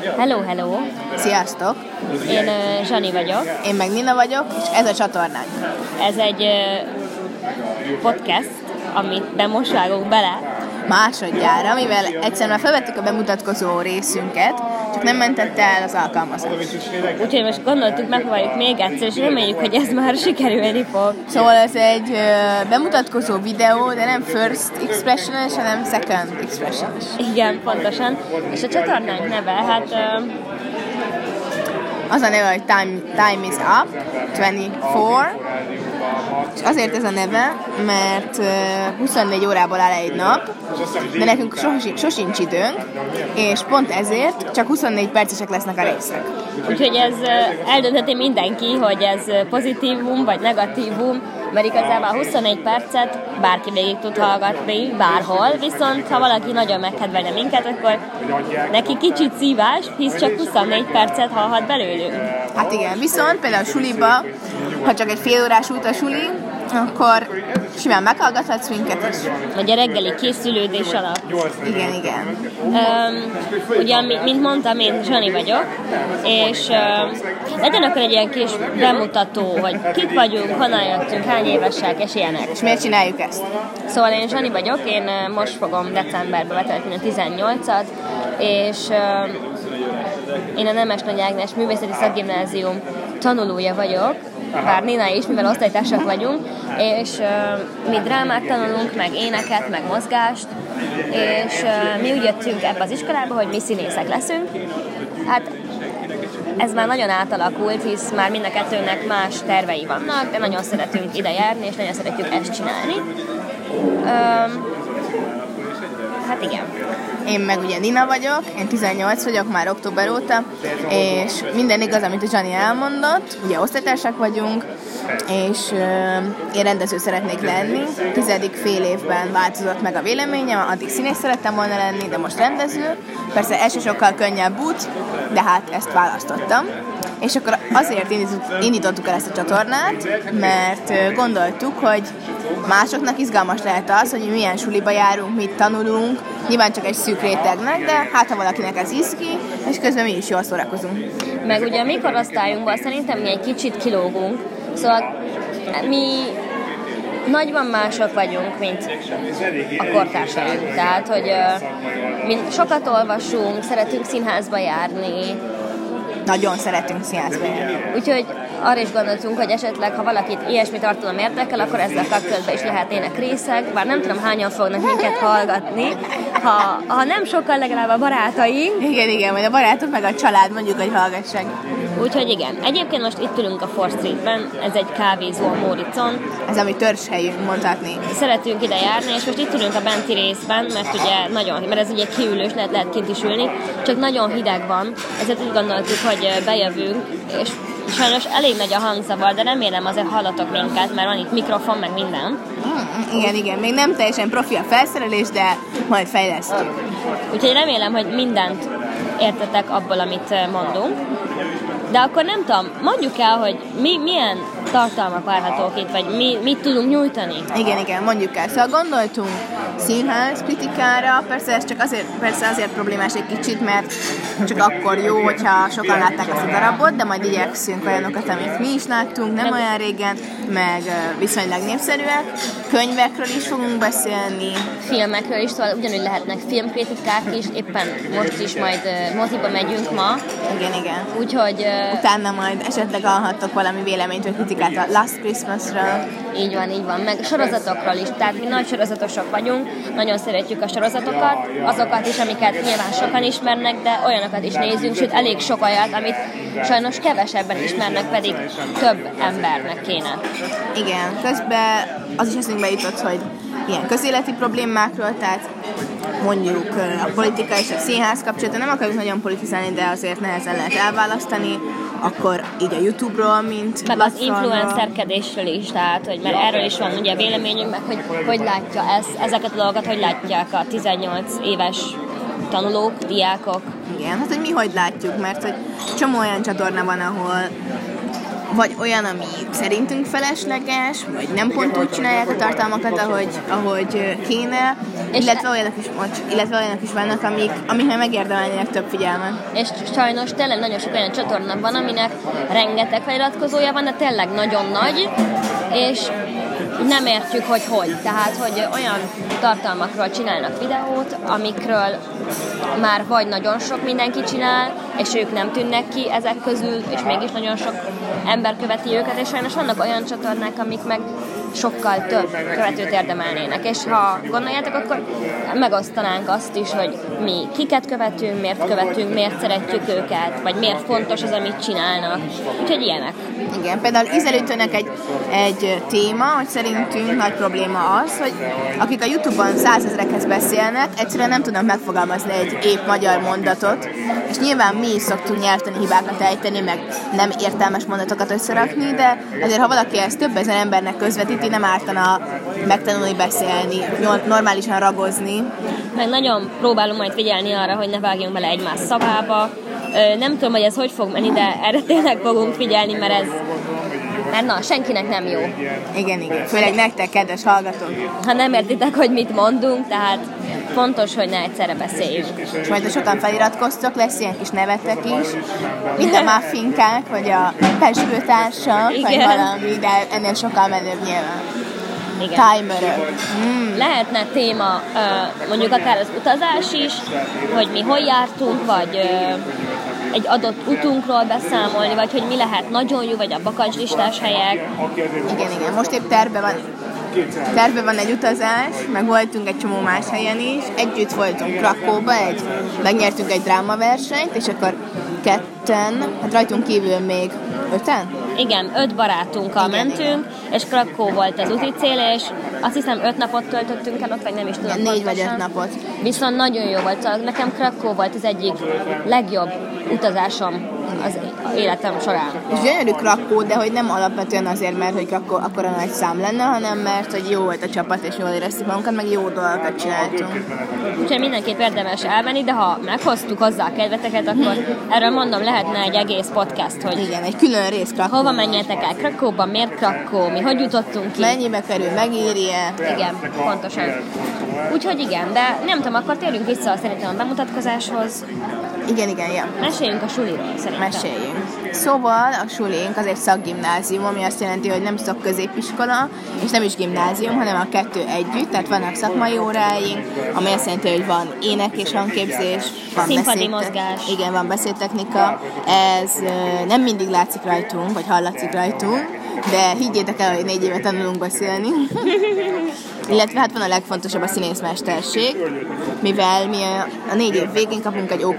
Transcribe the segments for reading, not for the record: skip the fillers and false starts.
Hello, hello! Sziasztok! Én Zsani vagyok. Én meg Nina vagyok, és ez a csatornánk. Ez egy podcast, amit most vágunk bele. Másodjára, mivel egyszer már felvettük a bemutatkozó részünket, csak nem mentette el az alkalmazás. Úgyhogy most gondoltuk, megpróbáljuk még egyszer, és reméljük, hogy ez már sikerülni fog. Szóval ez egy bemutatkozó videó, de nem first expression-es, hanem second expression-es. Igen, pontosan. És a csatornánk neve, hát... Az a neve, hogy Time is Up 24, és azért ez a neve, mert 24 órából áll egy nap, de nekünk sosincs időnk, és pont ezért csak 24 percesek lesznek a részek. Úgyhogy ez eldöntheti mindenki, hogy ez pozitívum vagy negatívum, mert igazából 24 percet bárki végig tud hallgatni bárhol, viszont ha valaki nagyon megkedvelne minket, akkor neki kicsit szívás, hisz csak 24 percet hallhat belőlünk. Hát igen, viszont például suliba, ha csak egy fél órás út a suli, akkor simán meghallgathatsz minket is. Vagy a reggeli készülődés alatt. Igen. Ugye, mint mondtam, én Zsani vagyok, és legyen akkor egy ilyen kis bemutató, hogy kik vagyunk, honnan jöttünk, hány évesek, és ilyenek. És miért csináljuk ezt? Szóval én Zsani vagyok, én most fogom decemberben betelteni a 18-at, és én a Nemes Nagy Ágnes Művészeti Szakgimnázium tanulója vagyok, bár Nina is, mivel osztálytársak vagyunk, és mi drámát tanulunk, meg éneket, meg mozgást, és mi úgy jöttünk ebbe az iskolába, hogy mi színészek leszünk. Hát ez már nagyon átalakult, hisz már mind a kettőnek más tervei vannak, de nagyon szeretünk ide járni, és nagyon szeretjük ezt csinálni. Hát igen. Én meg ugye Nina vagyok, én 18 vagyok már október óta, és minden igaz, amit a Zsani elmondott, ugye osztálytársak vagyunk, és én rendező szeretnék lenni. 10. fél évben változott meg a véleményem, addig színész szerettem volna lenni, de most rendező. Persze ez sokkal könnyebb út, de hát ezt választottam. És akkor azért indítottuk el ezt a csatornát, mert gondoltuk, hogy másoknak izgalmas lehet az, hogy milyen suliba járunk, mit tanulunk, nyilván csak egy szűk rétegnek, de hát ha valakinek ez izgi, és közben mi is jól szórakozunk. Meg ugye a mi korosztályunkban szerintem mi egy kicsit kilógunk, szóval mi nagyban mások vagyunk, mint a kortársaink. Tehát, hogy mi sokat olvasunk, szeretünk színházba járni, nagyon szeretünk színházba járni. Úgyhogy arra is gondoltunk, hogy esetleg, ha valakit ilyesmi tartalom érdekel, akkor ezzel kapcsolatban is lehetnének részek, bár nem tudom, hányan fognak minket hallgatni, ha nem sokkal, legalább a barátaink. Igen, vagy a barátok meg a család, mondjuk, hogy hallgassák. Úgyhogy igen. Egyébként most itt ülünk a Fourth Streetben, ez egy kávézó a Móricon. Ez a mi törzshelyünk, mondhatni. Szeretünk ide járni, és most itt ülünk a benti részben, mert ugye mert ez ugye kiülős, lehet kint is ülni, csak nagyon hideg van, ezért úgy gondoltuk, hogy bejövünk, és sajnos elég nagy a hangzavar, de remélem azért hallatok minket, mert van itt mikrofon, meg minden. Igen, még nem teljesen profi a felszerelés, de majd fejlesztjük. Úgyhogy remélem, hogy mindent értetek abból, amit mondunk. De akkor nem tudom, mondjuk el, hogy milyen tartalmak várhatók itt, vagy mit tudunk nyújtani? Igen, mondjuk el. Szóval gondoltunk színház kritikára, persze ez csak azért problémás egy kicsit, mert csak akkor jó, hogyha sokan látták ezt a darabot, de majd igyekszünk olyanokat, amit mi is láttunk, nem olyan régen, meg viszonylag népszerűek. Könyvekről is fogunk beszélni. Filmekről is, szóval ugyanúgy lehetnek filmkritikák is, éppen most is majd moziba megyünk ma. Igen. Úgyhogy... Utána majd esetleg hallhattok valami véleményt vagy kritikát a Last Christmasra. Így van, meg sorozatokról is. Tehát mi nagy sorozatosok vagyunk, nagyon szeretjük a sorozatokat, azokat is, amiket nyilván sokan ismernek, de olyanokat is nézünk, sőt elég sok olyat, amit sajnos kevesebben ismernek, pedig több embernek kéne. Igen, közben az is eszünkbe jutott, hogy ilyen közéleti problémákról, tehát mondjuk a politika és a színház kapcsolatban nem akarjuk nagyon politizálni, de azért nehezen lehet elválasztani, akkor így a YouTube-ról, mint meg az influencerkedésről is, tehát, hogy mert erről is van ugye véleményünk, meg hogy látja ezeket a dolgokat, hogy látják a 18 éves tanulók, diákok. Igen, hát hogy mi hogy látjuk, mert hogy csomó olyan csatorna van, ahol vagy olyan, ami szerintünk felesleges, vagy nem pont úgy csinálják a tartalmakat, ahogy kéne, illetve olyanok is vannak, amik megérdemelnének több figyelmet. És sajnos tényleg nagyon sok olyan csatorna van, aminek rengeteg feliratkozója van, de tényleg nagyon nagy, és nem értjük, hogy. Tehát, hogy olyan tartalmakról csinálnak videót, amikről már vagy nagyon sok mindenki csinál, és ők nem tűnnek ki ezek közül, és mégis nagyon sok ember követi őket, és sajnos vannak olyan csatornák, amik meg sokkal több követőt érdemelnének. És ha gondoljátok, akkor megosztanánk azt is, hogy mi kiket követünk, miért szeretjük őket, vagy miért fontos az, amit csinálnak. Úgyhogy ilyenek. Igen, például ízelítőnek egy téma, hogy szerintünk nagy probléma az, hogy akik a YouTube-on 100 000-ekhez beszélnek, egyszerűen nem tudnak megfogalmazni egy épp magyar mondatot, és nyilván mi is szoktunk nyelvtani hibákat ejteni, meg nem értelmes mondatokat összerakni, de azért, ha valaki ezt több ezer embernek közvetíti, nem ártana megtanulni beszélni, normálisan ragozni. Meg nagyon próbálom majd figyelni arra, hogy ne vágjunk bele egymás szavába. Nem tudom, hogy ez hogy fog menni, de erre tényleg fogunk figyelni, mert senkinek nem jó. Igen. Főleg nektek, kedves hallgatók. Ha nem értitek, hogy mit mondunk, tehát fontos, hogy ne egyszerre beszéljünk. És majd ha sokan feliratkoztok, lesz ilyen kis nevetek is, mint a muffinkák, vagy a pezsgőtársak, vagy valami, de ennél sokkal menőbb nyilván. Igen. Timerök. Lehetne téma, mondjuk akár az utazás is, hogy mi hol jártunk, vagy egy adott utunkról beszámolni, vagy hogy mi lehet nagyon jó, vagy a bakancslistás helyek. Igen. Most épp terve van egy utazás, meg voltunk egy csomó más helyen is. Együtt voltunk Krakóba, megnyertünk egy drámaversenyt, és akkor ketten, hát rajtunk kívül még 5-en? Igen, 5 barátunkkal mentünk, és Krakó volt az úti cél, és azt hiszem 5 napot töltöttünk el ott, vagy nem is tudom. 4 vagy 5 napot. Viszont nagyon jó volt. Nekem Krakó volt az egyik legjobb utazásom az életem során. És gyönyörű Krakó, de hogy nem alapvetően azért, mert hogy Krakó akkora nagy szám lenne, hanem mert hogy jó volt a csapat, és jól éreztük magunkat, meg jó dolgokat csináltunk. Úgyhogy mindenképp érdemes elmenni, de ha meghoztuk hozzá a kedveteket, akkor erről mondom, lehetne egy egész podcast, hogy igen, egy külön rész Krakó. Hova menjetek el Krakóba, miért Krakó, mi hogy jutottunk ki? Mennyibe kerül, megéri-e? Igen, pontosan. Úgyhogy igen, de nem tudom, akkor térjünk vissza szerintem a bemutatkozáshoz. Igen. Meséljünk a suliról szerintem. Meséljünk. Szóval a sulink az egy szakgimnázium, ami azt jelenti, hogy nem szakközépiskola, és nem is gimnázium, hanem a kettő együtt, tehát vannak szakmai óráink, ami azt jelenti, hogy van ének és hangképzés, van színpadi mozgás. Igen, van beszédtechnika. Ez nem mindig látszik rajtunk, vagy hallatszik rajtunk, de higgyétek el, hogy 4 éve tanulunk beszélni. Illetve hát van a legfontosabb a színészmesterség, mivel mi a 4 év végén kapunk egy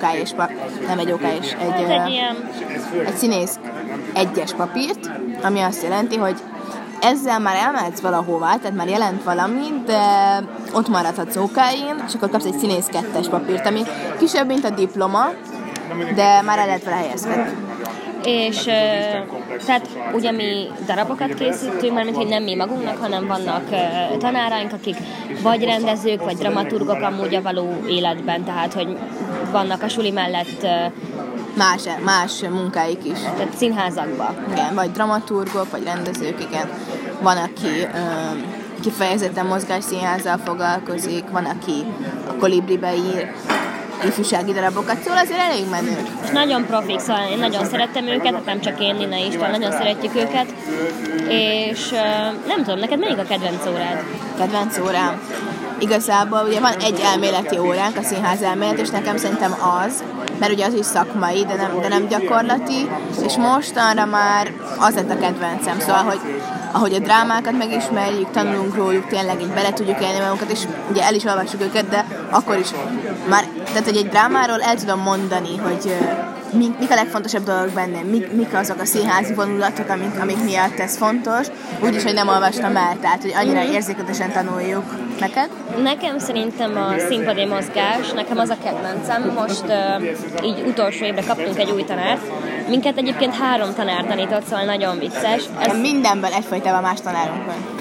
egy színész 1-es papírt, ami azt jelenti, hogy ezzel már elmehetsz valahová, tehát már jelent valami, de ott maradhatsz OK-n, és akkor kapsz egy színész 2-es papírt, ami kisebb, mint a diploma, de már el lehet vele helyezkedni. És tehát ugye mi darabokat készítünk, mármint, hogy nem mi magunknak, hanem vannak tanáraink, akik vagy rendezők, vagy dramaturgok amúgy a való életben, tehát hogy vannak a suli mellett más munkáik is. Tehát színházakban. Igen, vagy dramaturgok, vagy rendezők, igen. Van, aki kifejezetten mozgásszínházzal foglalkozik, van, aki a Kolibribe ír ifjúsági darabokat, szóval azért elég menők. És nagyon profik, szóval én nagyon szerettem őket, nem csak én, Nina István, nagyon szeretjük őket, és nem tudom, neked melyik a kedvenc órád? Kedvenc órám? Igazából ugye van egy elméleti óránk, a színház elmélet, és nekem szerintem az, mert ugye az is szakmai, de nem gyakorlati, és mostanra már az lett a kedvencem, szóval, hogy ahogy a drámákat megismerjük, tanulunk róluk, tényleg így bele tudjuk élni magunkat, és ugye el is olvassuk őket, de akkor is már, tehát hogy egy drámáról el tudom mondani, hogy mik a legfontosabb dolgok benne, mik azok a színházi vonulatok, amik miatt ez fontos, úgyis, hogy nem olvastam el, tehát hogy annyira érzékletesen tanuljuk. Neked? Nekem szerintem a színpadi mozgás, nekem az a kedvencem. Most így utolsó évre kaptunk egy új tanárt. Minket egyébként 3 tanár tanított, szóval nagyon vicces. Mindenben egyfajtában más tanárunk van.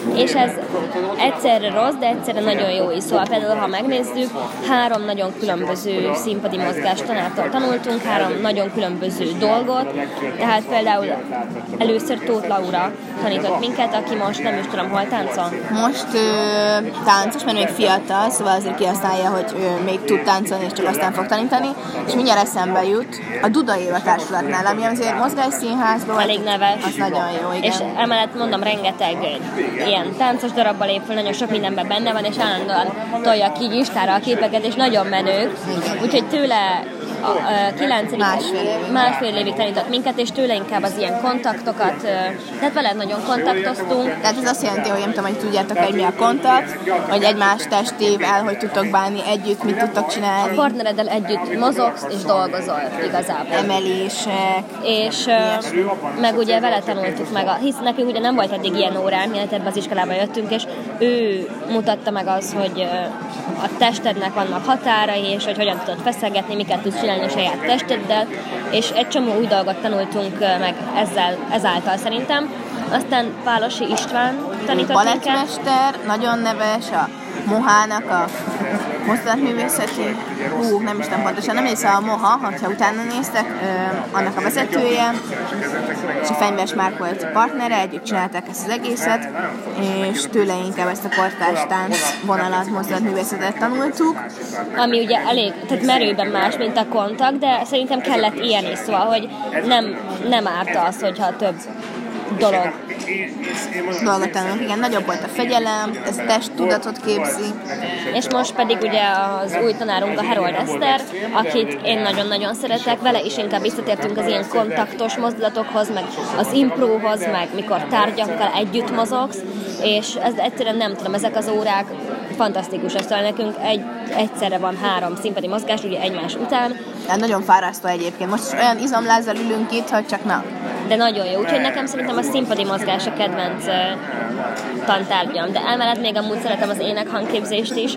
és ez egyszerre rossz, de egyszerre nagyon jó is. Szóval például, ha megnézzük, 3 nagyon különböző színpadi mozgástanártól tanultunk, 3 nagyon különböző dolgot, tehát például először Tóth Laura tanított minket, aki most nem is tudom, hol táncol. Most táncos, mert még fiatal, szóval azért kihasználja, hogy még tud táncolni, és csak aztán fog tanítani, és mindjárt eszembe jut a Duda Éva társulatnál, ami azért mozgásszínházból. Elég neves. Az nagyon jó, igen. És emellett mondom, rengeteg ilyen táncos darabba lép föl, nagyon sok mindenben benne van, és állandóan tolja ki Instára a képeket, és nagyon menők. Úgyhogy tőle a 9. másfél évig tanított minket, és tőle inkább az ilyen kontaktokat, tehát veled nagyon kontaktoztunk. Tehát ez azt jelenti, hogy nem tudom, hogy tudjátok, hogy mi a kontakt, hogy egymás testével, hogy tudtok bánni együtt, mit tudtok csinálni. A partnereddel együtt mozogsz és dolgozol igazából. Emelések. És meg ugye vele tanultuk meg, hisz nekünk ugye nem volt eddig ilyen órán, mielőtt ebbe az iskolába jöttünk, és ő mutatta meg az, hogy a testednek vannak határai, és hogy hogyan tudod feszegetni, miket tudsz csinálni a saját testeddel, és egy csomó új dolgot tanultunk meg ezáltal szerintem. Aztán Pálosi István tanított minket. Balettmester, nagyon neves, a Mohának a mozdulatművészeti, nem is tudom pontosan, nem hiszem a Moha, ha utána néztek, annak a vezetője, és a Fenyves Márk volt a partnere, együtt csinálták ezt az egészet, és tőle inkább ezt a kortárs tánc vonalat, mozdulatművészetet tanultuk. Ami ugye elég, tehát merőben más, mint a kontakt, de szerintem kellett ilyen is, szóval, hogy nem árt az, hogyha több dolgot tanulunk. Igen, nagyobb volt a fegyelem, ez testtudatot képzi. És most pedig ugye az új tanárunk a Herold Eszter, akit én nagyon-nagyon szeretek, vele is inkább visszatértünk az ilyen kontaktos mozdulatokhoz, meg az impróhoz, meg mikor tárgyakkal együtt mozogsz, és ez egyszerűen nem tudom, ezek az órák fantasztikus, szóval nekünk egyszerre van 3 színpadi mozgás, ugye egymás után. Hát nagyon fárasztó egyébként. Most olyan izomlázzal ülünk itt, hogy csak na. De nagyon jó, úgyhogy nekem szerintem a színpadi mozgás a kedvenc tantárgyam, de emellett még amúgy szeretem az ének-hangképzést is.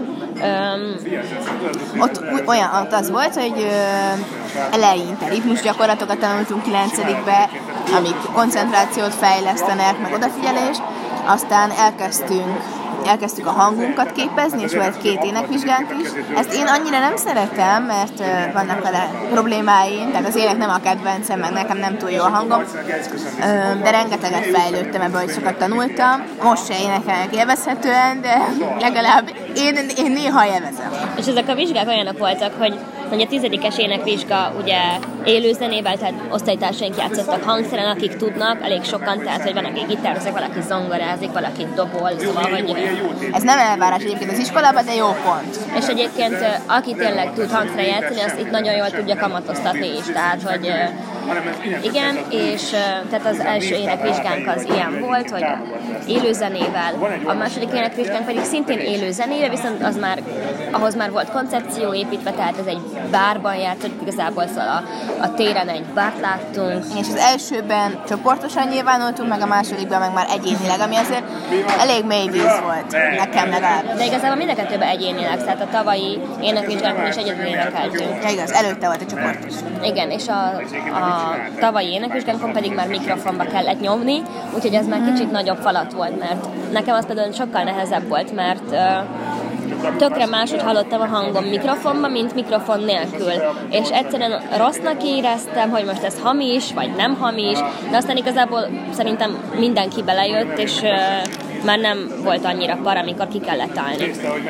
Ott az volt, hogy eleinte ritmus gyakorlatokat tanultunk 9-be, amik koncentrációt fejlesztenek, meg odafigyelést, aztán elkezdtük a hangunkat képezni, és volt 2 énekvizsgánk is. Ezt én annyira nem szeretem, mert vannak vele problémáim, tehát az ének nem a kedvencem, meg nekem nem túl jó a hangom, de rengeteget fejlődtem ebből, hogy sokat tanultam. Most se énekelnek élvezhetően, de legalább én néha élvezem. És ezek a vizsgák olyanok voltak, hogy a 10-es énekvizsga ugye élőzenével, tehát osztálytársaink játszottak hangszeren, akik tudnak, elég sokan, tehát hogy van, aki gitározik, valaki zongorázik, valaki dobol, szóval, hogy... Ez nem elvárás egyébként az iskolában, de jó pont. És egyébként aki tényleg tud hangszeren játszani, azt itt nagyon jól tudja kamatoztatni is, tehát hogy igen, és tehát az első énekvizsgánk az ilyen volt, hogy élőzenével, a második énekvizsgánk pedig szintén élőzenével, viszont ahhoz már volt koncepció építve, tehát ez egy bárban játszott, igazából szóval a téren egy bárt láttunk. És az elsőben csoportosan nyilvánultunk, meg a másodikban meg már egyénileg, ami azért elég mély víz volt, nekem legalább. De igazából mind a kettőben egyénileg, tehát a tavalyi énekvizsgánkon is egyedül énekeltünk. Ja, igaz, előtte volt a csoportos. Igen, és a tavalyi énekvizsgánkon pedig már mikrofonba kellett nyomni, úgyhogy ez már kicsit nagyobb falat volt, mert nekem az például sokkal nehezebb volt, mert tökre máshogy hallottam a hangom mikrofonba, mint mikrofon nélkül. És egyszerűen rossznak éreztem, hogy most ez hamis, vagy nem hamis, de aztán igazából szerintem mindenki belejött, és már nem volt annyira par, amikor ki kellett állni.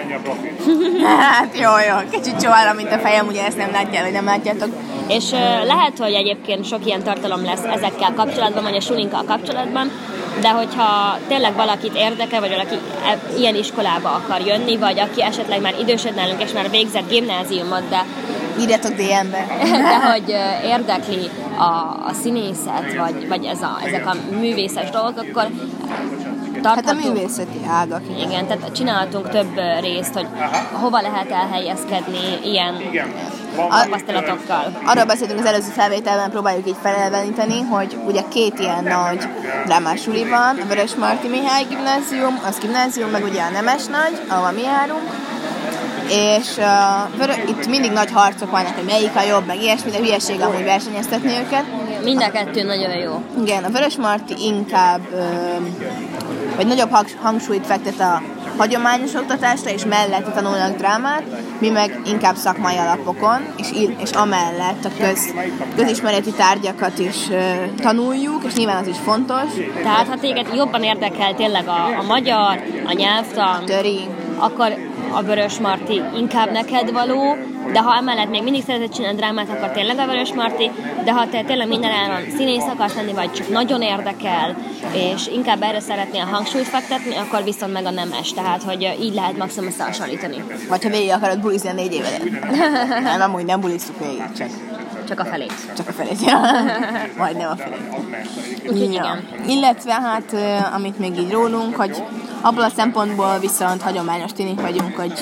Hát jó, kicsit csóvára, mint a fejem, ugye ezt nem látjál, vagy nem látjátok. És lehet, hogy egyébként sok ilyen tartalom lesz ezekkel kapcsolatban, vagy a sulinkkal kapcsolatban, de hogyha tényleg valakit érdekel, vagy valaki ilyen iskolába akar jönni, vagy aki esetleg már idősebb nálunk, és már végzett gimnáziumot, de írjatok DM-be. De hogy érdekli a színészet, vagy ezek a művészes dolgok, akkor tarthatunk. Hát a művészeti ágak. Igen, tehát csináltunk több részt, hogy hova lehet elhelyezkedni ilyen tapasztalatokkal. Arról beszéltünk az előző felvételben, próbáljuk így felelveníteni, hogy ugye 2 ilyen nagy drámás suli van, a Vörösmarty Mihály gimnázium, az gimnázium, meg ugye a Nemes Nagy, ahol mi járunk, és itt mindig nagy harcok vannak, hogy melyik a jobb, meg ilyesmi, de hülyeség amúgy versenyeztetni őket. Mind a kettő nagyon jó. Igen, a Vörösmarty inkább vagy nagyobb hangsúlyt fektet a hagyományos oktatásra, és mellette tanulnak drámát, mi meg inkább szakmai alapokon, és amellett a közismereti tárgyakat is tanuljuk, és nyilván az is fontos. Tehát ha téged jobban érdekel tényleg a magyar, a nyelvtan, akkor a Vörösmarty inkább neked való, de ha emellett még mindig szereted csinálni drámát, akkor tényleg a Vörösmarty, de ha te tényleg mindenáron színész akarsz lenni, vagy csak nagyon érdekel, és inkább erre szeretnél hangsúlyt fektetni, akkor viszont meg a nemes, tehát hogy így lehet maximum összehasonlítani. Vagy ha végig akarod bulizni a 4 évedet. Nem, amúgy nem bulizzuk végig, csak a felét. Csak a felét, ja. Majdnem a felét. Úgyhogy igen. Illetve hát, amit még így rólunk, hogy abból a szempontból viszont hagyományos tinik vagyunk, hogy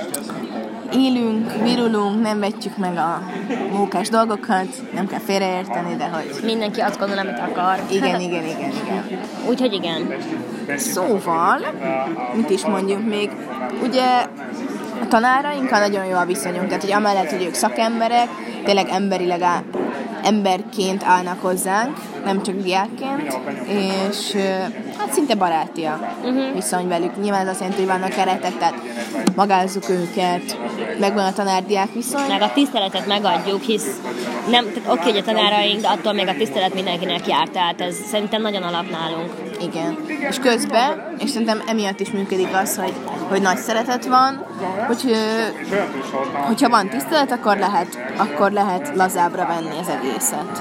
élünk, virulunk, nem vetjük meg a mókás dolgokat, nem kell félreérteni, de hogy... Mindenki azt gondol, amit akar. Igen. Úgyhogy igen. Szóval, mit is mondjuk még, ugye a tanárainkkal nagyon jó a viszonyunk, tehát hogy amellett, hogy ők szakemberek, tényleg emberként állnak hozzánk, nem csak diákként, és hát szinte barátiak viszony velük. Nyilván ez azt jelenti, hogy vannak keretek, tehát magázzuk őket, megvan a tanár-diák viszony. Meg a tiszteletet megadjuk, hisz nem, tehát oké, hogy a tanáraink, de attól még a tisztelet mindenkinek jár, tehát ez szerintem nagyon alap nálunk. Igen. És közben, és szerintem emiatt is működik az, hogy nagy szeretet van, hogyha van tisztelet, akkor lehet lazábbra venni az egészet.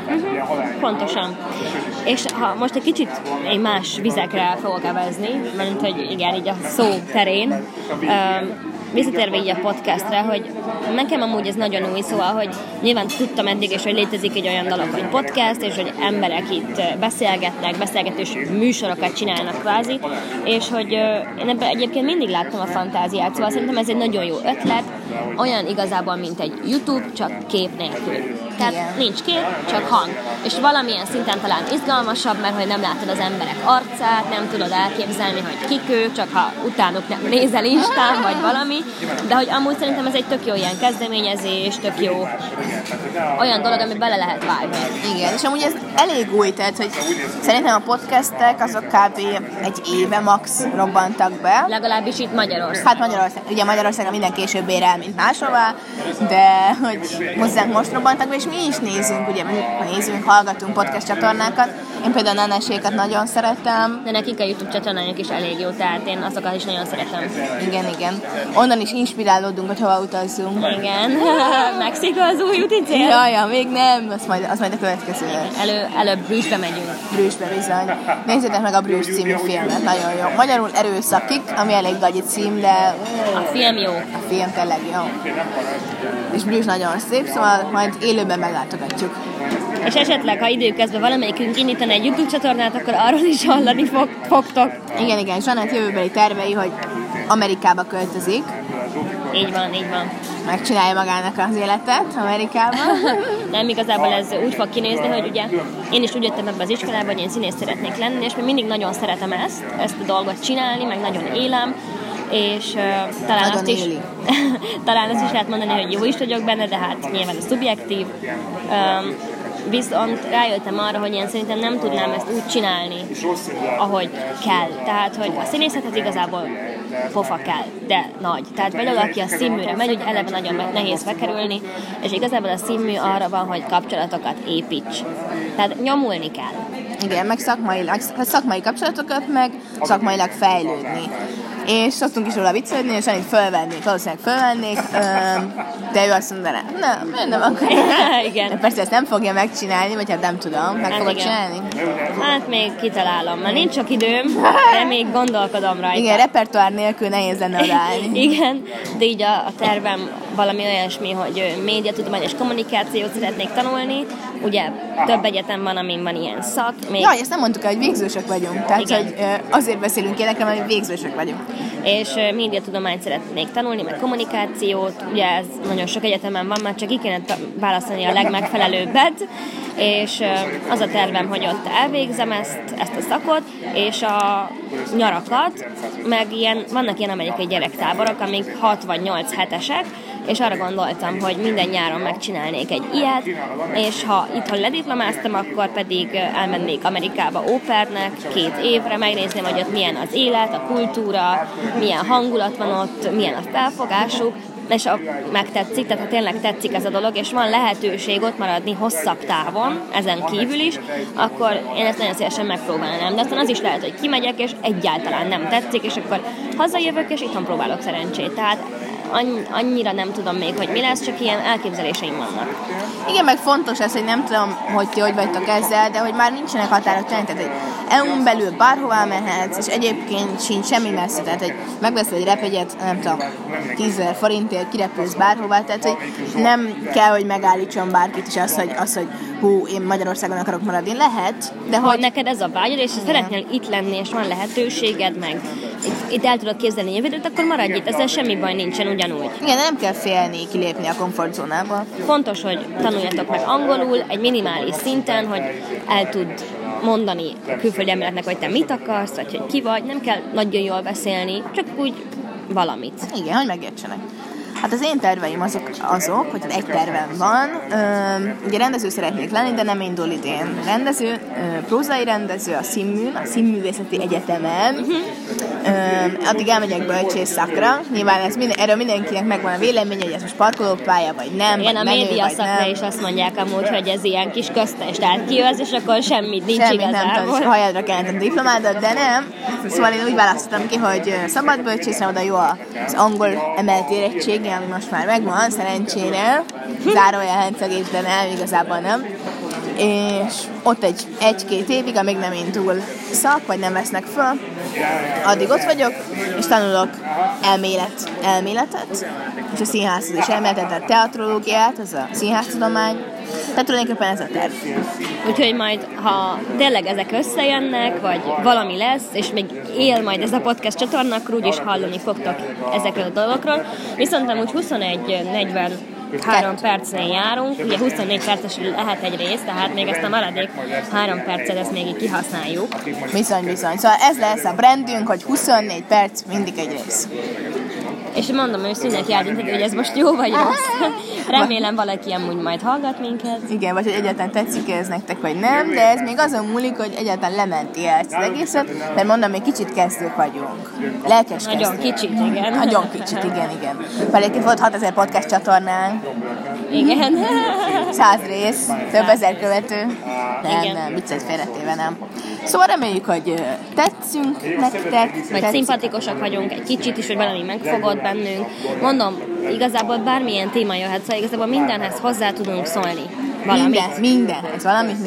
Pontosan. És ha most egy kicsit egy más vizekre fogok evezni, mert hogy igen, így a szó terén, visszatérve így a podcastre, hogy nekem amúgy ez nagyon új, szóval, hogy nyilván tudtam eddig is, hogy létezik egy olyan dolog, hogy podcast, és hogy emberek itt beszélgetnek, beszélgetős műsorokat csinálnak kvázi, és hogy én ebben egyébként mindig láttam a fantáziát, szóval szerintem ez egy nagyon jó ötlet, olyan igazából, mint egy YouTube, csak kép nélkül. Tehát nincs kép, csak hang. És valamilyen szinten talán izgalmasabb, mert hogy nem látod az emberek arcát, nem tudod elképzelni, hogy kik ők, csak ha utánuk nem nézel Instán, vagy valami. De hogy amúgy szerintem ez egy tök jó ilyen kezdeményezés, tök jó olyan dolog, ami bele lehet vágni. Igen, és amúgy ez elég új, tehát hogy szerintem a podcastek azok kb. Egy éve max robbantak be. Legalábbis itt Magyarországon. Hát Magyarországon minden később ér el, mint máshová, de hogy hozzánk most robbantak be, és mi is nézünk, ugye hallgatunk podcast csatornákat. Én például a Nenesékat nagyon szeretem. De nekik a YouTube csatornájuk is elég jó, tehát én azokat is nagyon szeretem. Igen. Onnan is inspirálódunk, hogy hova utazzunk. Igen. Mexikó az új úti cél? Ja, még nem. Az majd a következő. Előbb Brüsszbe megyünk. Brüsszbe bizony. Nézzétek meg a Brüssz című filmet, nagyon jó. Magyarul Erőszakik, ami elég gagyi cím, de... A film jó. A film tényleg jó. És Brüssz nagyon szép, szóval majd élőben meglátogatjuk. És esetleg, ha időközben valamelyikünk indítani egy YouTube csatornát, akkor arról is hallani fogtok. Igen. Zsanett jövőbeli tervei, hogy Amerikába költözik. Így van. Megcsinálja magának az életet Amerikában. Nem, igazából ez úgy fog kinézni, hogy ugye én is úgy jöttem ebbe az iskolába, hogy én színész szeretnék lenni, és még mindig nagyon szeretem ezt a dolgot csinálni, meg nagyon élem, és talán azt is lehet mondani, hogy jó is vagyok benne, de hát nyilván ez szubjektív. Viszont rájöttem arra, hogy én szerintem nem tudnám ezt úgy csinálni, ahogy kell. Tehát, hogy a színészethez igazából pofa kell, de nagy. Tehát vagy aki a színműre megy, hogy eleve nagyon nehéz bekerülni, és igazából a színmű arra van, hogy kapcsolatokat építs. Tehát nyomulni kell. Igen, meg szakmai kapcsolatokat, meg szakmailag fejlődni. És szoktunk is róla viccelődni, és annyit valószínűleg fölvennék, de ő azt mondaná, nem akarja. Igen. De persze ezt nem fogja megcsinálni, vagy hát nem tudom, fogod csinálni? Hát még kitalálom, mert nincs sok időm, de még gondolkodom rajta. Igen, repertoár nélkül nehéz lenne odaállni. Igen, de így a tervem valami olyasmi, hogy médiatudomány és kommunikációt szeretnék tanulni. Ugye több egyetem van, amin van ilyen szak. Jaj, ezt nem mondtuk el, hogy végzősök vagyunk. Tehát, hogy azért beszélünk ilyenekre, mert végzősök vagyunk. És médiatudományt szeretnék tanulni, meg kommunikációt. Ugye ez nagyon sok egyetemen van, már csak ki kéne választani a legmegfelelőbbet. És az a tervem, hogy ott elvégzem ezt a szakot, és a nyarakat, meg vannak ilyen amerikai gyerektáborok, amik 6 vagy 8 hetesek, és arra gondoltam, hogy minden nyáron megcsinálnék egy ilyet, és ha itthon lediplomáztam, akkor pedig elmennék Amerikába ópernek 2 évre, megnézném, hogy ott milyen az élet, a kultúra, milyen hangulat van ott, milyen a felfogásuk, és megtetszik, tehát ha tényleg tetszik ez a dolog, és van lehetőség ott maradni hosszabb távon, ezen kívül is, akkor én ezt nagyon szívesen megpróbálnám. De aztán az is lehet, hogy kimegyek, és egyáltalán nem tetszik, és akkor hazajövök, és itthon próbálok szerencsét. Tehát annyira nem tudom még, hogy mi lesz, csak ilyen elképzeléseim vannak. Igen, meg fontos ez, hogy nem tudom, hogy ti hogy vagytok ezzel, de hogy már nincsenek határok, tehát hogy EU-n belül bárhová mehetsz, és egyébként sincs semmi messze, tehát hogy megveszel egy repjegyet, nem tudom, 10 000 forintért kirepülsz bárhová, tehát hogy nem kell, hogy megállítson bárkit is az, hogy hú, én Magyarországon akarok maradni. Lehet, de hogy... neked ez a vágyad, és ha szeretnél itt lenni, és van lehetőséged, meg itt el tudod képzelni jövőt, akkor maradj itt, ezzel semmi baj nincsen ugyanúgy. Igen, nem kell félni kilépni a komfortzónába. Fontos, hogy tanuljatok meg angolul egy minimális szinten, hogy el tud mondani a külföldi embereknek, hogy te mit akarsz, vagy hogy ki vagy, nem kell nagyon jól beszélni, csak úgy valamit. Igen, hogy megértsenek. Hát az én terveim azok, hogy egy tervem van, ugye rendező szeretnék lenni, de nem indul idén. Rendező, prózai rendező a Színműn, a Színművészeti Egyetemen. Addig elmegyek bölcsész szakra. Nyilván erről mindenkinek megvan a véleménye, hogy ez most parkolópálya, vagy nem, igen, vagy a média szakra is azt mondják amúgy, hogy ez ilyen kis köztes, tehát kijössz, és akkor semmit nincs igazából. Nem tudom, hajadra kellett a diplomádat, de nem. Szóval én úgy választottam ki, hogy szabad bölcsészre, oda jó az angol emelt érettség, ami most már megvan, szerencsére, zárója hencegés, de nem, igazából nem. És ott 1-2 évig, amíg nem indul szak, vagy nem vesznek föl, addig ott vagyok, és tanulok elméletet, és a színházhoz is elméletet, tehát teatrológiát, az a színháztudomány, tehát tulajdonképpen ez a terv. Úgyhogy majd, ha tényleg ezek összejönnek, vagy valami lesz, és még él majd ez a podcast csatorna, akkor úgyis hallani fogtok ezekről a dolgokról. Viszont amúgy 21:43 percnél járunk, ugye 24 perces lehet egy rész, tehát még ezt a maradék 3 percet ezt még így kihasználjuk. Bizony. Szóval ez lesz a brandünk, hogy 24 perc mindig egy rész. És mondom őszintén eldönteni, hogy ez most jó vagy rossz. Remélem valaki amúgy majd hallgat minket. Igen, vagy hogy egyáltalán tetszik ez nektek, vagy nem, de ez még azon múlik, hogy egyáltalán lementi el ezt az egészet, mert mondom, még kicsit kezdők vagyunk. Lelkes nagyon kicsit, igen. Nagyon kicsit, igen. Pedig volt 6000 podcast csatornánk. Igen. 100 rész, több ezer követő. Nem, viccet félretéve nem. Szóval reméljük, hogy tetszünk nektek. Vagy szimpatikusak vagyunk egy kicsit is, hogy valami megfogott bennünk. Mondom, igazából bármilyen téma jöhet, szóval igazából mindenhez hozzá tudunk szólni. Mindenhez, valamit.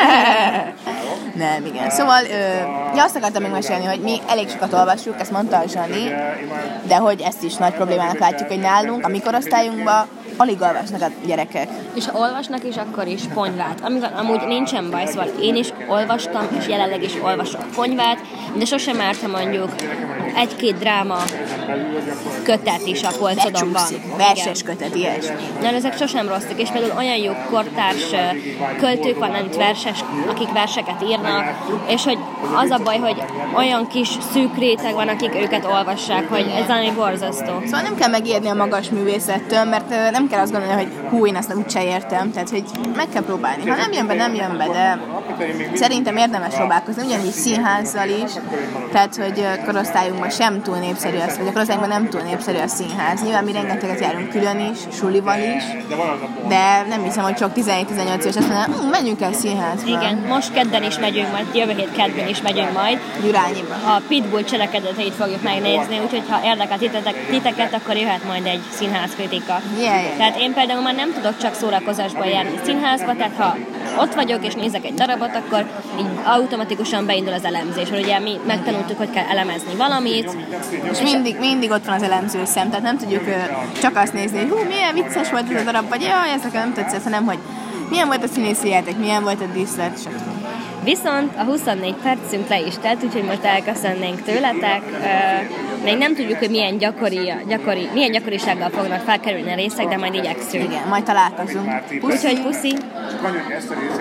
Nem, igen. Szóval azt akartam még mesélni, hogy mi elég sokat olvassuk, ezt mondta a Zsani, de hogy ezt is nagy problémának látjuk, hogy nálunk, a mi korosztályunkban alig olvasnak a gyerekek. És ha olvasnak is, akkor is ponyvát. Amúgy nincsen baj, szóval én is olvastam, és jelenleg is olvasok ponyvát, de sosem márta mondjuk 1-2 dráma kötet is a polcodon van. Verses kötet, ilyesmi. Nem, ezek sosem rosszak, és például olyan jó kortárs költők vannak, akik verseket írnak, és hogy az a baj, hogy olyan kis szűk réteg van, akik őket olvassák, hogy ez valami borzasztó. Szóval nem kell megijedni a magas művészettől, mert nem kell azt gondolni, hogy hú, én ezt úgyse értem, tehát hogy meg kell próbálni. Ha nem jön be, de szerintem érdemes próbálkozni, ugyanígy színházzal is, tehát hogy korosztályunkban sem túl népszerű az, vagy a korosztályunkban nem túl népszerű a színház. Nyilván mi rengeteget járunk külön is, sulival is, de nem hiszem, hogy csak 17-18 éves azt mondaná, menjünk el színházba. Igen, most kedden is megyünk majd, jövő hét kedden is megyünk majd. Gyurányiba. A Pitbull cselekedeteit fogjuk megnézni, úgyhogy ha érdekel titeket, akkor jöhet majd egy színházkritika. Tehát én például már nem tudok csak szórakozásból járni színházba, tehát ha ott vagyok és nézek egy darabot, akkor így automatikusan beindul az elemzés, mert ugye mi megtanultuk, hogy kell elemezni valamit. És mindig ott van az elemző szem, tehát nem tudjuk csak azt nézni, hogy hú, milyen vicces volt ez a darab, vagy jaj, ez nekem nem tetszett, hanem hogy milyen volt a színészi játék, milyen volt a díszlet, stb. Viszont a 24 percünk le is telt, úgyhogy most elköszönnénk tőletek. Még nem tudjuk, hogy milyen gyakorisággal fognak felkerülni a részek, de majd igyekszünk. Igen, majd találkozunk. Úgyhogy puszi!